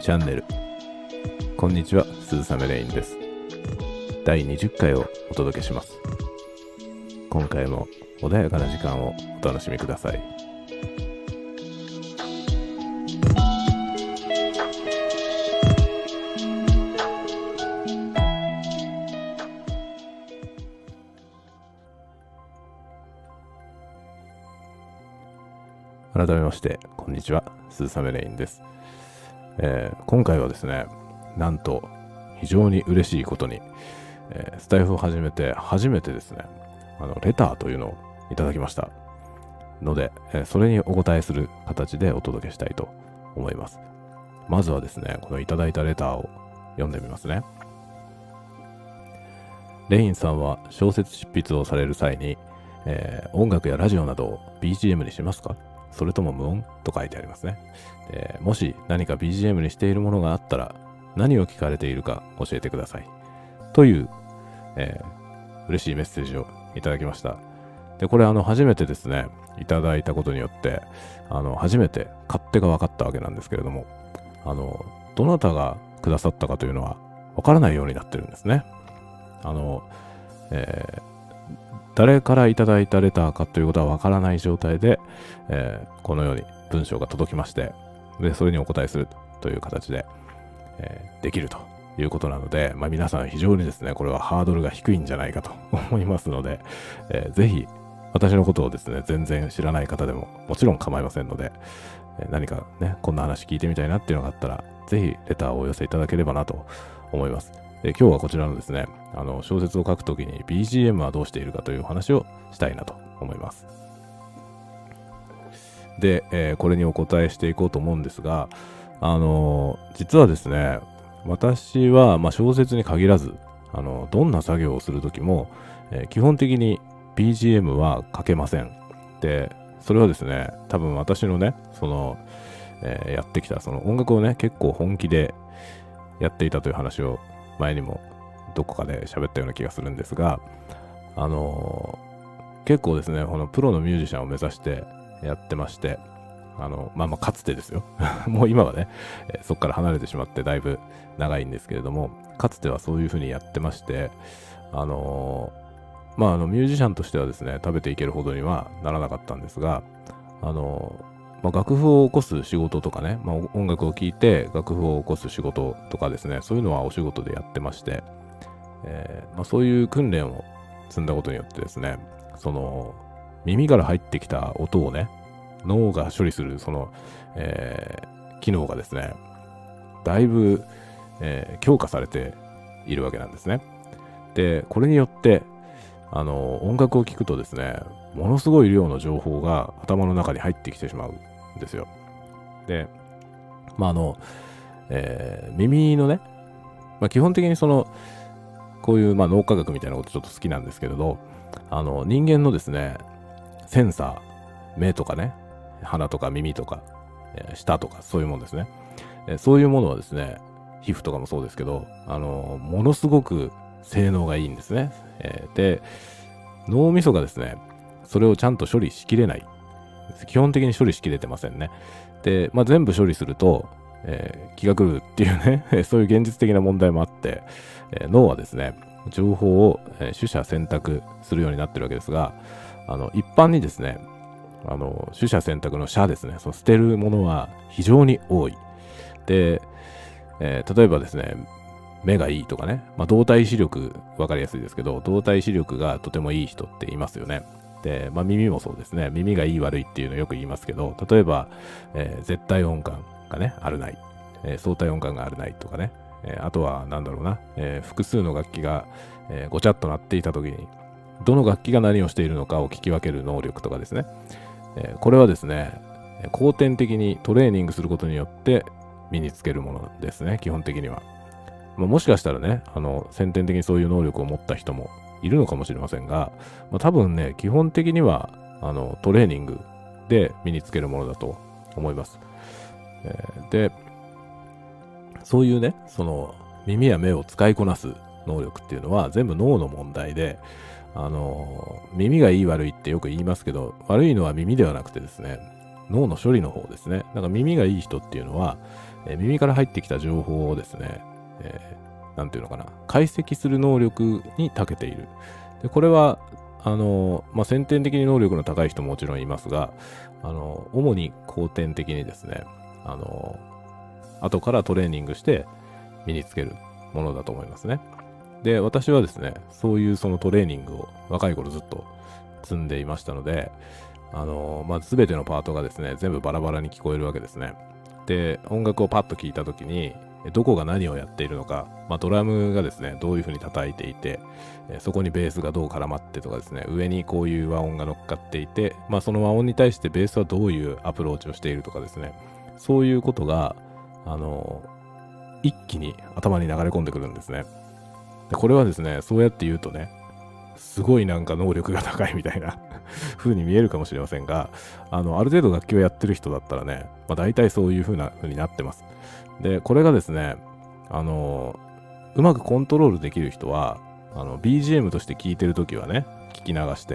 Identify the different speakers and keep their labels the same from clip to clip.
Speaker 1: チャンネル。こんにちは、鈴雨レインです。第20回をお届けします。今回も穏やかな時間をお楽しみください。改めましてこんにちは、鈴雨レインです。今回はですね、なんと非常に嬉しいことに、スタイフを始めて初めてですね、レターというのをいただきましたので、それにお答えする形でお届けしたいと思います。まずはですね、このいただいたレターを読んでみますね。レインさんは小説執筆をされる際に、音楽やラジオなどを BGM にしますか？それとも無音と書いてありますね。もし何か BGM にしているものがあったら何を聞かれているか教えてください。という、嬉しいメッセージをいただきました。で、これ初めてですね、いただいたことによって、初めて勝手が分かったわけなんですけれども、どなたがくださったかというのは分からないようになってるんですね。誰からいただいたレターかということはわからない状態で、このように文章が届きまして、でそれにお答えするという形で、できるということなので、皆さん非常にですね、これはハードルが低いんじゃないかと思いますので、ぜひ私のことをですね、全然知らない方でももちろん構いませんので、何かね、こんな話聞いてみたいなっていうのがあったら、ぜひレターをお寄せいただければなと思います。今日はこちらのですね、小説を書くときに BGM はどうしているかという話をしたいなと思います。で、これにお答えしていこうと思うんですが、実はですね、私は小説に限らず、どんな作業をするときも、基本的に BGM は書けません。で、それはですね、多分私のね、やってきたその音楽をね、結構本気でやっていたという話を前にもどこかで喋ったような気がするんですが、結構ですね、このプロのミュージシャンを目指してやってまして、かつてですよ。もう今はね、そこから離れてしまってだいぶ長いんですけれども、かつてはそういうふうにやってまして、ミュージシャンとしてはですね、食べていけるほどにはならなかったんですが、楽譜を起こす仕事とかね、音楽を聴いて楽譜を起こす仕事とかですね、そういうのはお仕事でやってまして、そういう訓練を積んだことによってですね、耳から入ってきた音をね、脳が処理する機能がですね、だいぶ、強化されているわけなんですね。で、これによって音楽を聴くとですね、ものすごい量の情報が頭の中に入ってきてしまうんですよ。で、耳のね、基本的にこういう脳科学みたいなことちょっと好きなんですけれど、人間のですね、センサー、目とかね、鼻とか耳とか、舌とかそういうものですね。そういうものはですね、皮膚とかもそうですけど、ものすごく性能がいいんですね。で、脳みそがですね、それをちゃんと処理しきれない。基本的に処理しきれてませんね。で、全部処理すると、気が狂うっていうね、そういう現実的な問題もあって、脳はですね、情報を、取捨選択するようになってるわけですが、一般にですね、取捨選択の捨ですね、捨てるものは非常に多い。で、例えばですね、目がいいとかね、動体視力、わかりやすいですけど、動体視力がとてもいい人っていますよね。で、耳もそうですね、耳がいい悪いっていうのをよく言いますけど、例えば、絶対音感がね、あるない、相対音感があるないとかね、あとは複数の楽器が、ごちゃっと鳴っていた時に、どの楽器が何をしているのかを聞き分ける能力とかですね、これはですね、後天的にトレーニングすることによって身につけるものですね、基本的には。もしかしたらね、先天的にそういう能力を持った人もいるのかもしれませんが、多分ね、基本的にはトレーニングで身につけるものだと思います。で、そういうね、耳や目を使いこなす能力っていうのは全部脳の問題で、耳がいい悪いってよく言いますけど、悪いのは耳ではなくてですね、脳の処理の方ですね。だから耳がいい人っていうのは、 耳から入ってきた情報をですね、なんていうのかな、解析する能力に長けている。で、これは、先天的に能力の高い人ももちろんいますが、主に後天的にですね、後からトレーニングして身につけるものだと思いますね。で、私はですね、そういうそのトレーニングを若い頃ずっと積んでいましたので、全てのパートがですね、全部バラバラに聞こえるわけですね。で、音楽をパッと聞いたときに、どこが何をやっているのか、ドラムがですね、どういう風に叩いていて、そこにベースがどう絡まってとかですね、上にこういう和音が乗っかっていて、その和音に対してベースはどういうアプローチをしているとかですね、そういうことが、一気に頭に流れ込んでくるんですね。で、これはですね、そうやって言うとね、すごいなんか能力が高いみたいな風に見えるかもしれませんが、ある程度楽器をやってる人だったらね、大体そういう風になってます。で、これがですね、うまくコントロールできる人は、BGM として聴いてるときはね、聞き流して、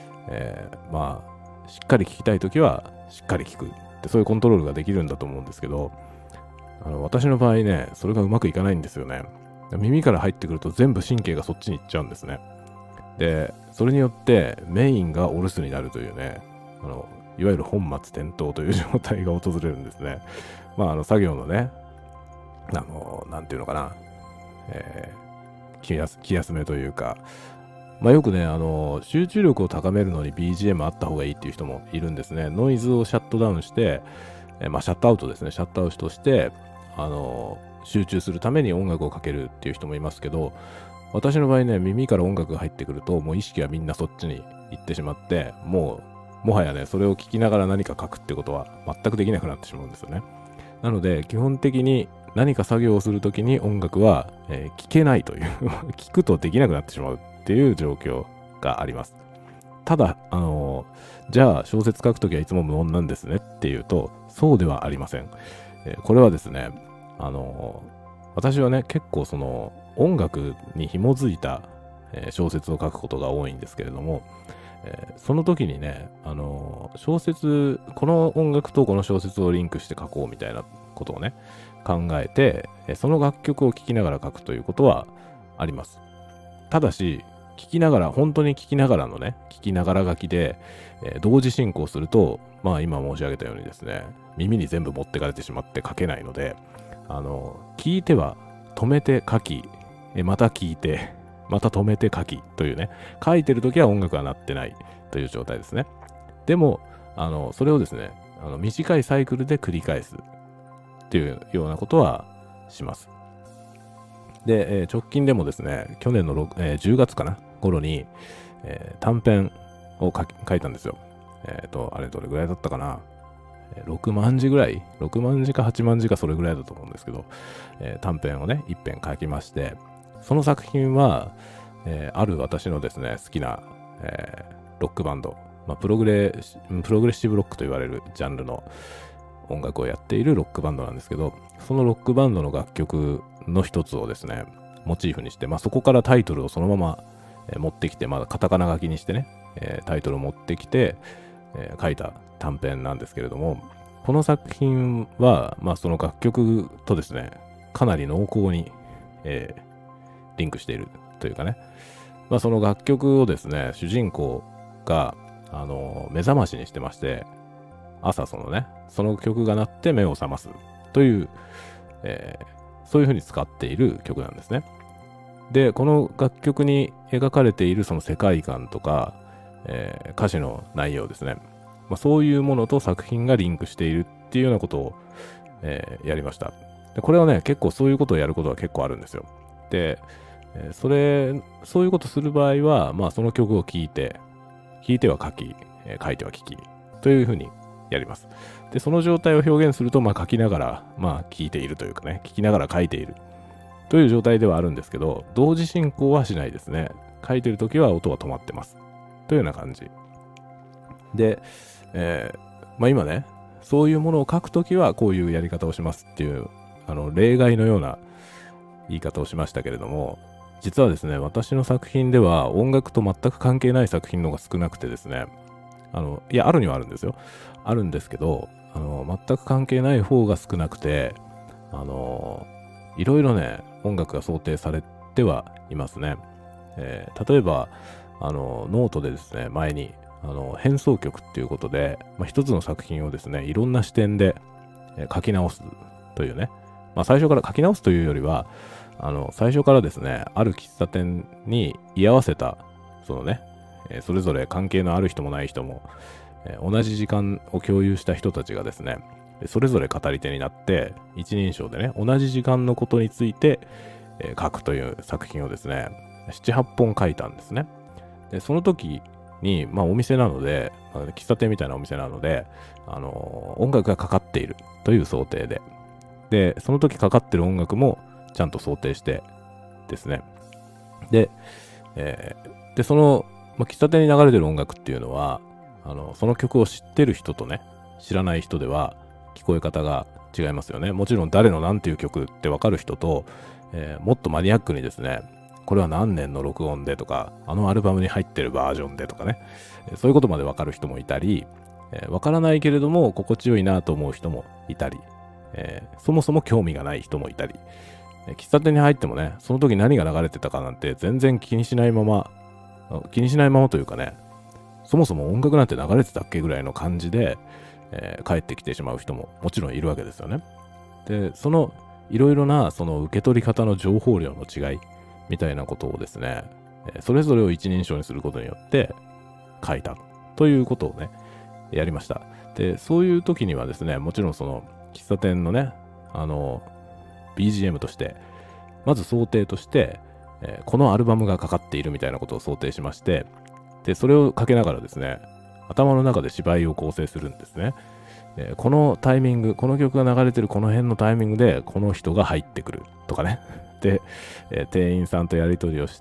Speaker 1: しっかり聞きたいときは、しっかり聞く。で、そういうコントロールができるんだと思うんですけど、私の場合ね、それがうまくいかないんですよね。耳から入ってくると全部神経がそっちに行っちゃうんですね。で、それによってメインがお留守になるというね、いわゆる本末転倒という状態が訪れるんですね。作業のね、なんていうのかな、気休めというか、よくね、集中力を高めるのに BGM あった方がいいっていう人もいるんですね。ノイズをシャットダウンして、シャットアウトですね。シャットアウトして、集中するために音楽をかけるっていう人もいますけど、私の場合ね、耳から音楽が入ってくると、もう意識はみんなそっちに行ってしまって、もはやね、それを聞きながら何か書くってことは全くできなくなってしまうんですよね。なので、基本的に何か作業をするときに音楽は、聞けないという聞くとできなくなってしまうっていう状況があります。ただ、じゃあ小説書くときはいつも無音なんですねっていうと、そうではありません。これはですね、私はね、結構その音楽に紐づいた、小説を書くことが多いんですけれども、その時にね、小説、この音楽とこの小説をリンクして書こうみたいなことをね、考えて、その楽曲を聴きながら書くということはあります。ただし、本当に聞きながらのね、聞きながら書きで、同時進行すると、今申し上げたようにですね、耳に全部持ってかれてしまって書けないので、聞いては止めて書き、また聞いて、また止めて書きというね、書いてるときは音楽は鳴ってないという状態ですね。でも、それをですね、短いサイクルで繰り返すっていうようなことはします。で、直近でもですね、去年の10月かな頃に、短編を書いたんですよ。あれどれぐらいだったかな、6万字ぐらい ?6 万字か8万字かそれぐらいだと思うんですけど、短編をね、一編書きまして、その作品は、ある私のですね、好きな、ロックバンド、プログレッシブロックと言われるジャンルの音楽をやっているロックバンドなんですけど、そのロックバンドの楽曲の一つをですね、モチーフにして、そこからタイトルをそのまま、持ってきて、カタカナ書きにしてね、タイトルを持ってきて、書いた短編なんですけれども、この作品は、その楽曲とですね、かなり濃厚に、リンクしているというかね、その楽曲をですね、主人公が、目覚ましにしてまして、朝その曲が鳴って目を覚ますという、そういう風に使っている曲なんですね。で、この楽曲に描かれているその世界観とか、歌詞の内容ですね。そういうものと作品がリンクしているっていうようなことを、やりました。で、これはね、結構そういうことをやることは結構あるんですよ。で、そういうことする場合は、その曲を聴いては書き、書いては聞き、というふうにやります。で、その状態を表現すると、書きながら、聞いているというかね、聞きながら書いているという状態ではあるんですけど、同時進行はしないですね。書いてるときは音は止まってます。というような感じ。で、今ね、そういうものを書くときはこういうやり方をしますっていう、例外のような言い方をしましたけれども、実はですね、私の作品では音楽と全く関係ない作品の方が少なくてですね、あるにはあるんですよ。あるんですけど、全く関係ない方が少なくて、 いろいろね、音楽が想定されてはいますね。例えば、ノートでですね、前に、変奏曲っていうことで、一つの作品をですね、いろんな視点で書き直すというね、最初から書き直すというよりは、最初からですね、ある喫茶店に居合わせた、そのね、それぞれ関係のある人もない人も、同じ時間を共有した人たちがですね、それぞれ語り手になって、一人称でね、同じ時間のことについて、書くという作品をですね、7、8本書いたんですね。で、その時に、お店なので、喫茶店みたいなお店なので、音楽がかかっているという想定で、で、その時かかってる音楽もちゃんと想定してですね。で、その、喫茶店に流れてる音楽っていうのは、その曲を知ってる人とね、知らない人では聞こえ方が違いますよね。もちろん誰の何ていう曲ってわかる人と、もっとマニアックにですね、これは何年の録音でとか、あのアルバムに入ってるバージョンでとかね、そういうことまでわかる人もいたり、わからないけれども心地よいなと思う人もいたり、そもそも興味がない人もいたり、喫茶店に入ってもね、その時何が流れてたかなんて全然気にしないままというかね、そもそも音楽なんて流れてたっけぐらいの感じで、帰ってきてしまう人ももちろんいるわけですよね。で、そのいろいろなその受け取り方の情報量の違いみたいなことをですね、それぞれを一人称にすることによって書いたということをね、やりました。で、そういう時にはですね、もちろんその喫茶店のね、BGM として、まず想定として、このアルバムがかかっているみたいなことを想定しまして、で、それをかけながらですね、頭の中で芝居を構成するんですね。このタイミング、この曲が流れてるこの辺のタイミングで、この人が入ってくるとかね。で、店員さんとやり取りをして、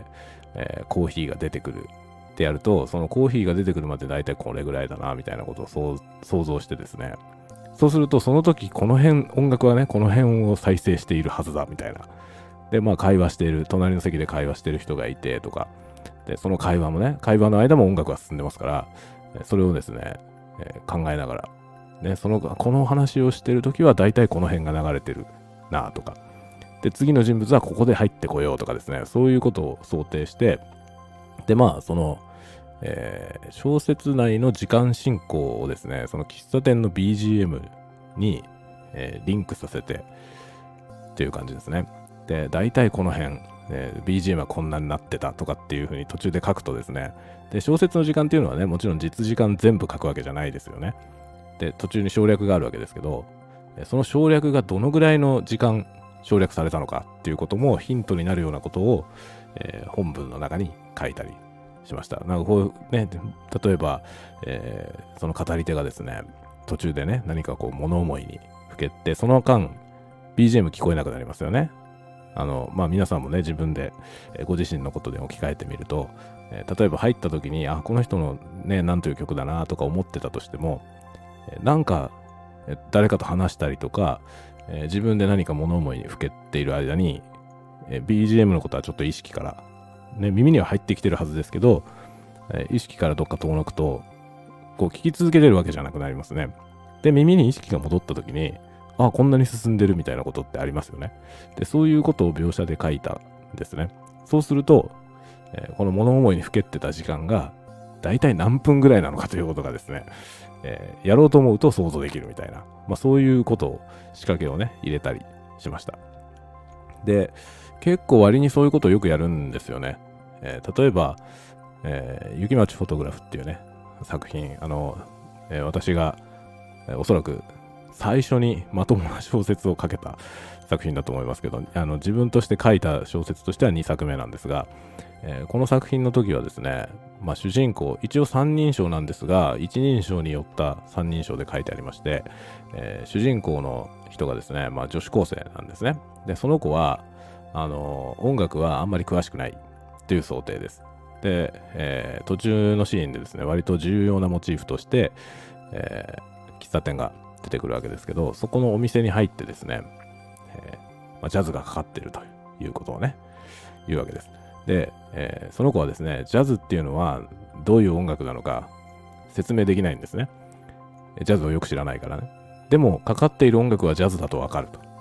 Speaker 1: コーヒーが出てくるってやると、そのコーヒーが出てくるまで大体これぐらいだな、みたいなことを想像してですね。そうすると、その時、この辺、音楽はね、この辺を再生しているはずだ、みたいな。で、会話している、隣の席で会話している人がいて、とか。で、その会話もね、会話の間も音楽が進んでますから、それをですね、考えながら、ね、この話をしている時は大体この辺が流れてるな、とか。で、次の人物はここで入ってこようとかですね、そういうことを想定して、で、その、小説内の時間進行をですね、その喫茶店の BGM に、リンクさせてっていう感じですね。で、大体この辺、BGM はこんなになってたとかっていう風に途中で書くとですね、で、小説の時間っていうのはね、もちろん実時間全部書くわけじゃないですよね。で、途中に省略があるわけですけど、その省略がどのぐらいの時間省略されたのかっていうこともヒントになるようなことを、本文の中に書いたりしました。なんかこうね、例えば、その語り手がですね、途中でね、何かこう物思いにふけて、その間、BGM 聞こえなくなりますよね。皆さんもね、自分で、ご自身のことで置き換えてみると、例えば入った時に、この人のね、なんという曲だなとか思ってたとしても、なんか、誰かと話したりとか、自分で何か物思いにふけている間に、BGM のことはちょっと意識から、ね、耳には入ってきてるはずですけど、意識からどっか遠のくと、こう聞き続けてるわけじゃなくなりますね。で、耳に意識が戻った時に、こんなに進んでるみたいなことってありますよね。で、そういうことを描写で書いたんですね。そうすると、この物思いにふけってた時間が、だいたい何分ぐらいなのかということがですね、やろうと思うと想像できるみたいな、そういうことを、仕掛けをね、入れたりしました。で、結構割にそういうことをよくやるんですよね。例えば、雪町フォトグラフっていうね、作品、私が、おそらく最初にまともな小説を書けた作品だと思いますけど、自分として書いた小説としては2作目なんですが、この作品の時はですね、主人公、一応三人称なんですが、一人称によった三人称で書いてありまして、主人公の人がですね、女子高生なんですね。で、その子は、音楽はあんまり詳しくないという想定です。で、途中のシーンでですね、割と重要なモチーフとして、喫茶店が出てくるわけですけど、そこのお店に入ってですね、ジャズがかかっているということをね、言うわけです。で、その子はですね、ジャズっていうのはどういう音楽なのか説明できないんですね。ジャズをよく知らないからね。でも、かかっている音楽はジャズだとわかると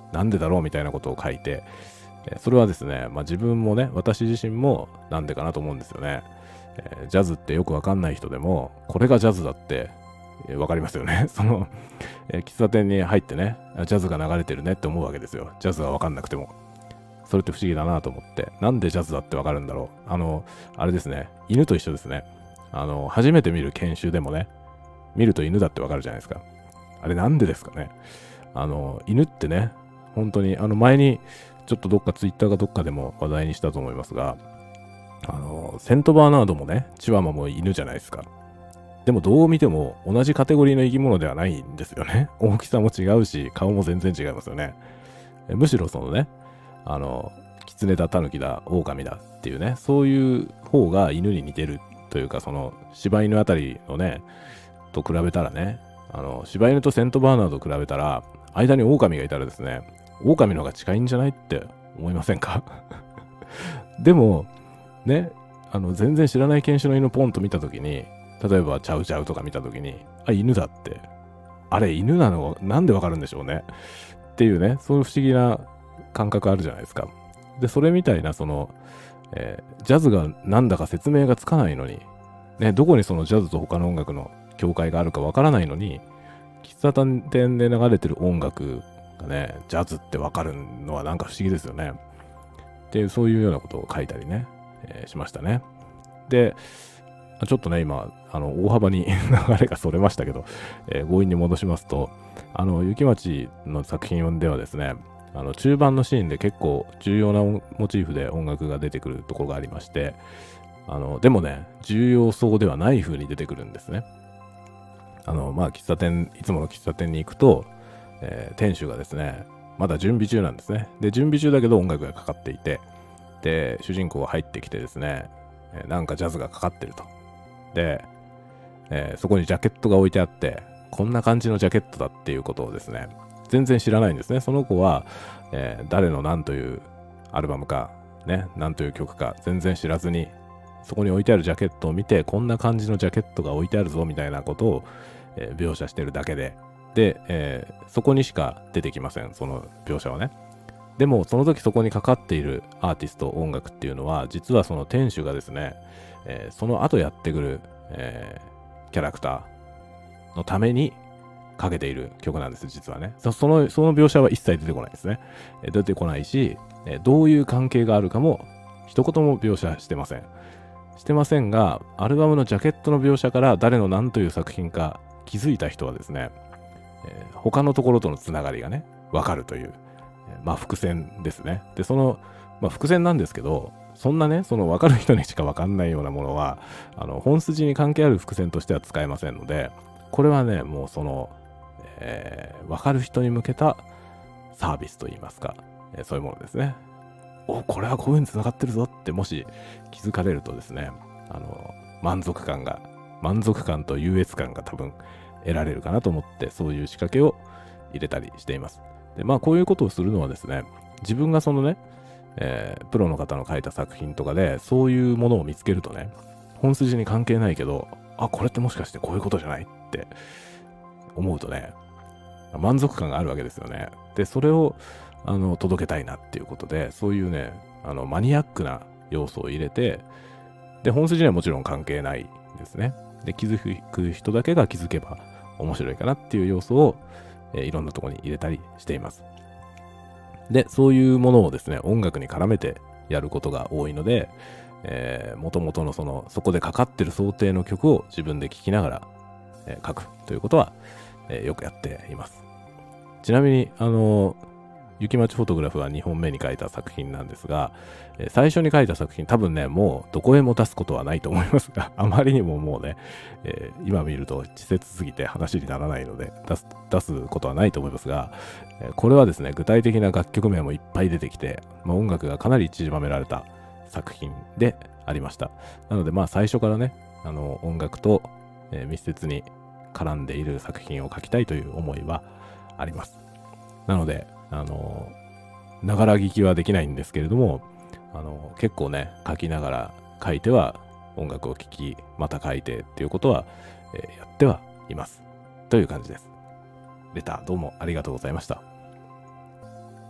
Speaker 1: なんでだろうみたいなことを書いて、それはですね、自分もね、私自身もなんでかなと思うんですよね。ジャズってよくわかんない人でも、これがジャズだって、わかりますよね。喫茶店に入ってね、ジャズが流れてるねって思うわけですよ。ジャズがわかんなくても。それって不思議だなと思って、なんでジャズだってわかるんだろう。あれですね、犬と一緒ですね。初めて見る犬種でもね、見ると犬だってわかるじゃないですか。あれなんでですかね。犬ってね、本当に、前に、ちょっとどっかツイッターかどっかでも話題にしたと思いますが、セントバーナードもね、チワワも犬じゃないですか。でもどう見ても同じカテゴリーの生き物ではないんですよね。大きさも違うし、顔も全然違いますよね。むしろそのね、キツネだ、タヌキだ、オオカミだっていうね、そういう方が犬に似てるというか、その柴犬あたりのね、と比べたらね、柴犬とセントバーナードと比べたら、間にオオカミがいたらですね、オオカミの方が近いんじゃないって思いませんか？でも、ね、全然知らない犬種の犬ポンと見たときに、例えばチャウチャウとか見たときに、あ、犬だって。あれ、犬なのなんでわかるんでしょうね。っていうね、そういう不思議な感覚あるじゃないですか。で、それみたいな、ジャズがなんだか説明がつかないのに、ね、どこにそのジャズと他の音楽の境界があるかわからないのに、喫茶店で流れてる音楽がね、ジャズってわかるのはなんか不思議ですよね。っていう、そういうようなことを書いたりね、しましたね。で、ちょっとね、今、大幅に流れがそれましたけど、強引に戻しますと、雪町の作品ではですね、中盤のシーンで結構重要なモチーフで音楽が出てくるところがありまして、でもね、重要そうではない風に出てくるんですね。喫茶店、いつもの喫茶店に行くと、店主がですね、まだ準備中なんですね。で、準備中だけど音楽がかかっていて、で、主人公が入ってきてですね、なんかジャズがかかってると。で、そこにジャケットが置いてあって、こんな感じのジャケットだっていうことをですね、全然知らないんですね。その子は、誰の何というアルバムか、ね、何という曲か全然知らずに、そこに置いてあるジャケットを見て、こんな感じのジャケットが置いてあるぞみたいなことを、描写してるだけで、で、そこにしか出てきません、その描写はね。でも、その時そこにかかっているアーティスト、音楽っていうのは、実はその店主がですね、その後やってくる、キャラクターのためにかけている曲なんです、実はね。その描写は一切出てこないですね。出てこないし、どういう関係があるかも一言も描写してません。してませんが、アルバムのジャケットの描写から誰の何という作品か気づいた人はですね、他のところとのつながりがね、わかるという、伏線ですね。で、伏線なんですけど、そんなね、その分かる人にしか分かんないようなものは、本筋に関係ある伏線としては使えませんので、これはね、もう分かる人に向けたサービスといいますか、そういうものですね。これはこういう風に繋がってるぞってもし気づかれるとですね、満足感と優越感が多分得られるかなと思って、そういう仕掛けを入れたりしています。で、こういうことをするのはですね、自分がそのね、プロの方の書いた作品とかでそういうものを見つけるとね、本筋に関係ないけど、これってもしかしてこういうことじゃないって思うとね、満足感があるわけですよね。で、それを届けたいなっていうことで、そういうね、マニアックな要素を入れて、で、本筋にはもちろん関係ないですね。で、気づく人だけが気づけば面白いかなっていう要素を、いろんなところに入れたりしています。で、そういうものをですね、音楽に絡めてやることが多いので、元々のそこでかかってる想定の曲を自分で聴きながら、書くということは、よくやっています。ちなみに、雪町フォトグラフは2本目に書いた作品なんですが、最初に書いた作品、多分ね、もうどこへも出すことはないと思いますが、あまりにももうね、今見ると稚拙すぎて話にならないので出すことはないと思いますが、これはですね、具体的な楽曲名もいっぱい出てきて、音楽がかなり散りばめられた作品でありました。なので、最初からね、音楽と、密接に絡んでいる作品を書きたいという思いはあります。なので、ながら聞きはできないんですけれども、結構ね、書きながら書いては音楽を聴き、また書いてっていうことは、やってはいます。という感じです。レターどうもありがとうございました。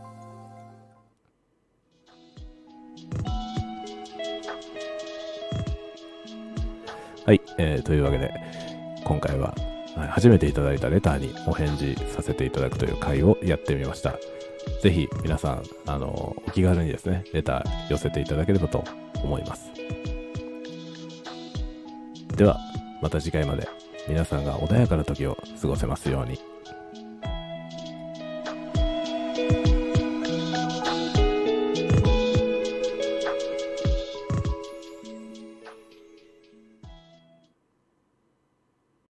Speaker 1: はい、というわけで、今回は初めていただいたレターにお返事させていただくという回をやってみました。ぜひ皆さん、お気軽にですね、レター寄せていただければと思います。では、また次回まで皆さんが穏やかな時を過ごせますように。